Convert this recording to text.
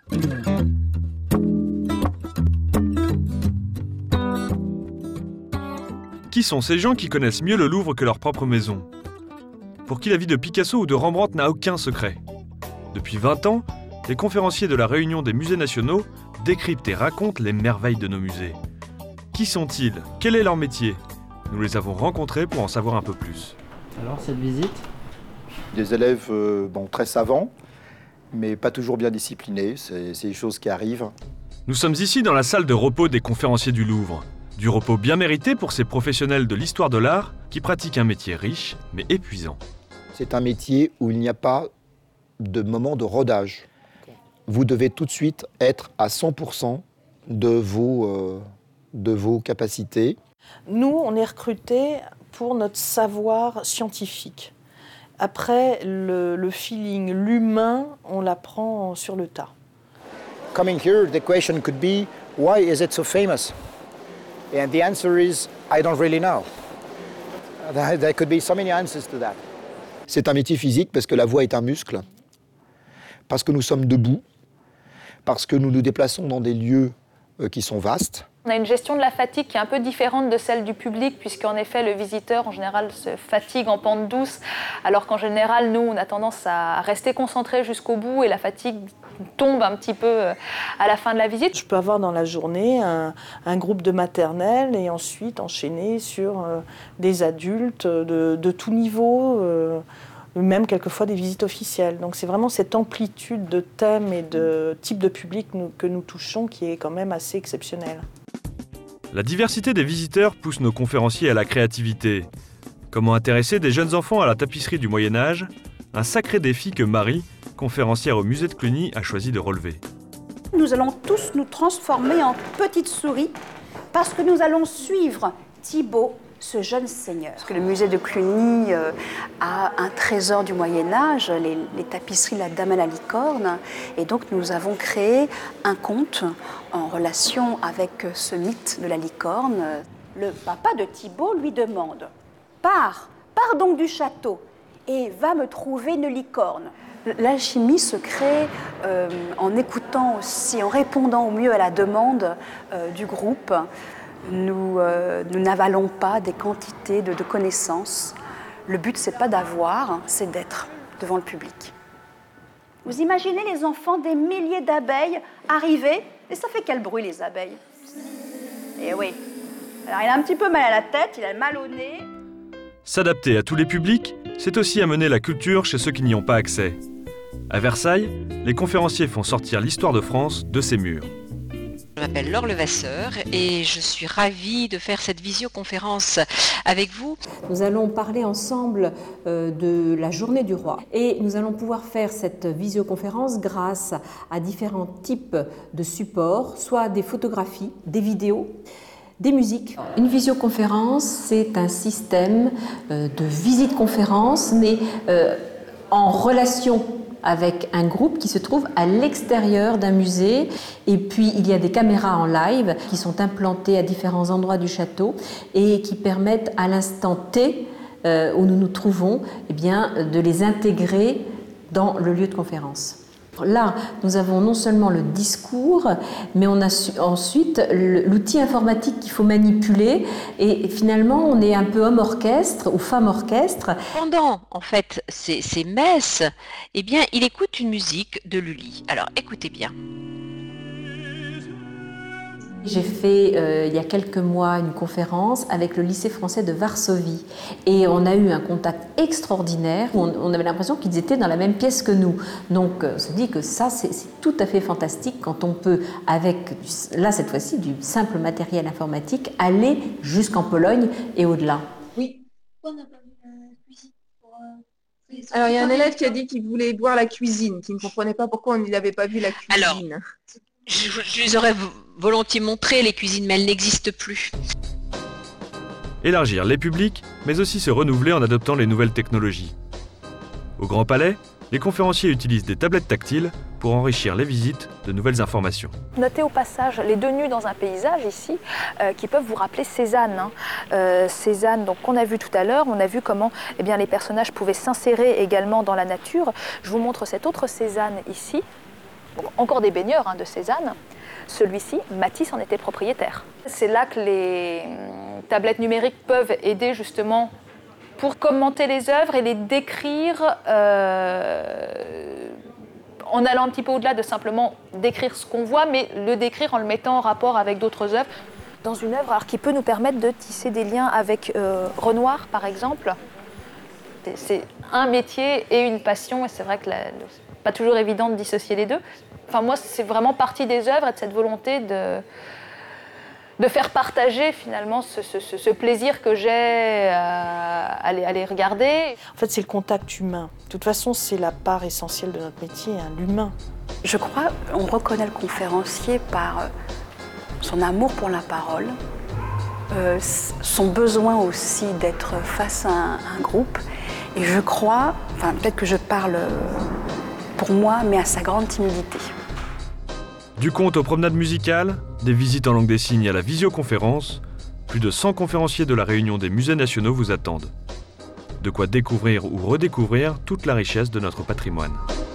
Qui sont ces gens qui connaissent mieux le Louvre que leur propre maison? Pour qui la vie de Picasso ou de Rembrandt n'a aucun secret? Depuis 20 ans, les conférenciers de la Réunion des musées nationaux décryptent et racontent les merveilles de nos musées. Qui sont-ils? Quel est leur métier? Nous les avons rencontrés pour en savoir un peu plus. Alors, cette visite? Des élèves très savants, mais pas toujours bien disciplinés. C'est des choses qui arrivent. Nous sommes ici dans la salle de repos des conférenciers du Louvre. Du repos bien mérité pour ces professionnels de l'histoire de l'art qui pratiquent un métier riche mais épuisant. C'est un métier où il n'y a pas de moment de rodage. Vous devez tout de suite être à 100% de vos capacités. Nous, on est recrutés pour notre savoir scientifique. Après, le feeling, l'humain, on l'apprend sur le tas. Coming here, the question could be, why is it so famous? And the answer is, I don't really know. There could be so many answers to that. C'est un métier physique parce que la voix est un muscle, parce que nous sommes debout, parce que nous nous déplaçons dans des lieux qui sont vastes. On a une gestion de la fatigue qui est un peu différente de celle du public, puisqu'en effet, le visiteur, en général, se fatigue en pente douce, alors qu'en général, nous, on a tendance à rester concentrés jusqu'au bout et la fatigue tombe un petit peu à la fin de la visite. Je peux avoir dans la journée un groupe de maternelle et ensuite enchaîner sur des adultes de tout niveau, même quelquefois des visites officielles. Donc c'est vraiment cette amplitude de thèmes et de types de public que nous touchons qui est quand même assez exceptionnelle. La diversité des visiteurs pousse nos conférenciers à la créativité. Comment intéresser des jeunes enfants à la tapisserie du Moyen-Âge? Un sacré défi que Marie, conférencière au musée de Cluny, a choisi de relever. Nous allons tous nous transformer en petites souris parce que nous allons suivre Thibaut, ce jeune seigneur. Parce que le musée de Cluny a un trésor du Moyen-Âge, les tapisseries de la Dame à la licorne. Et donc nous avons créé un conte en relation avec ce mythe de la licorne. Le papa de Thibaut lui demande « Pars donc du château et va me trouver une licorne ». L'alchimie se crée en écoutant aussi, en répondant au mieux à la demande du groupe. Nous n'avalons pas des quantités de connaissances. Le but, c'est pas d'avoir, c'est d'être devant le public. Vous imaginez les enfants des milliers d'abeilles arriver, et ça fait quel bruit les abeilles? Eh oui. Alors il a un petit peu mal à la tête, il a mal au nez. S'adapter à tous les publics, c'est aussi amener la culture chez ceux qui n'y ont pas accès. À Versailles, les conférenciers font sortir l'histoire de France de ses murs. Je m'appelle Laure Levasseur et je suis ravie de faire cette visioconférence avec vous. Nous allons parler ensemble de la journée du roi et nous allons pouvoir faire cette visioconférence grâce à différents types de supports, soit des photographies, des vidéos, des musiques. Une visioconférence, c'est un système de visite-conférence, mais en relation avec un groupe qui se trouve à l'extérieur d'un musée. Et puis, il y a des caméras en live qui sont implantées à différents endroits du château et qui permettent à l'instant T où nous nous trouvons, eh bien, de les intégrer dans le lieu de conférence. Là, nous avons non seulement le discours, mais on a ensuite l'outil informatique qu'il faut manipuler. Et finalement, on est un peu homme orchestre ou femme orchestre. Pendant, en fait, ces messes, eh bien, il écoute une musique de Lully. Alors, écoutez bien. J'ai fait il y a quelques mois une conférence avec le lycée français de Varsovie et on a eu un contact extraordinaire. On avait l'impression qu'ils étaient dans la même pièce que nous. Donc on se dit que ça c'est tout à fait fantastique quand on peut, avec là cette fois-ci du simple matériel informatique, aller jusqu'en Pologne et au-delà. Oui. Pourquoi on n'a pas vu la cuisine pour, Alors il y a un élève qui a dit qu'il voulait voir la cuisine, qui ne comprenait pas pourquoi on n'avait pas vu la cuisine. Alors, je les aurais volontiers montré, les cuisines, mais elles n'existent plus. Élargir les publics, mais aussi se renouveler en adoptant les nouvelles technologies. Au Grand Palais, les conférenciers utilisent des tablettes tactiles pour enrichir les visites de nouvelles informations. Notez au passage les deux nus dans un paysage ici qui peuvent vous rappeler Cézanne. Cézanne, donc qu'on a vu tout à l'heure, on a vu comment les personnages pouvaient s'insérer également dans la nature. Je vous montre cette autre Cézanne ici. encore des baigneurs de Cézanne. Celui-ci, Matisse en était propriétaire. C'est là que les tablettes numériques peuvent aider justement pour commenter les œuvres et les décrire en allant un petit peu au-delà de simplement décrire ce qu'on voit, mais le décrire en le mettant en rapport avec d'autres œuvres. Dans une œuvre alors, qui peut nous permettre de tisser des liens avec Renoir, par exemple. C'est un métier et une passion, et c'est vrai que c'est pas toujours évident de dissocier les deux. Enfin, moi, c'est vraiment partie des œuvres et de cette volonté de faire partager finalement ce plaisir que j'ai à les regarder. En fait, c'est le contact humain. De toute façon, c'est la part essentielle de notre métier, l'humain. Je crois qu'on reconnaît le conférencier par son amour pour la parole, son besoin aussi d'être face à un groupe. Et je crois, enfin peut-être que je parle pour moi, mais à sa grande timidité. Du conte aux promenades musicales, des visites en langue des signes à la visioconférence, plus de 100 conférenciers de la Réunion des musées nationaux vous attendent. De quoi découvrir ou redécouvrir toute la richesse de notre patrimoine.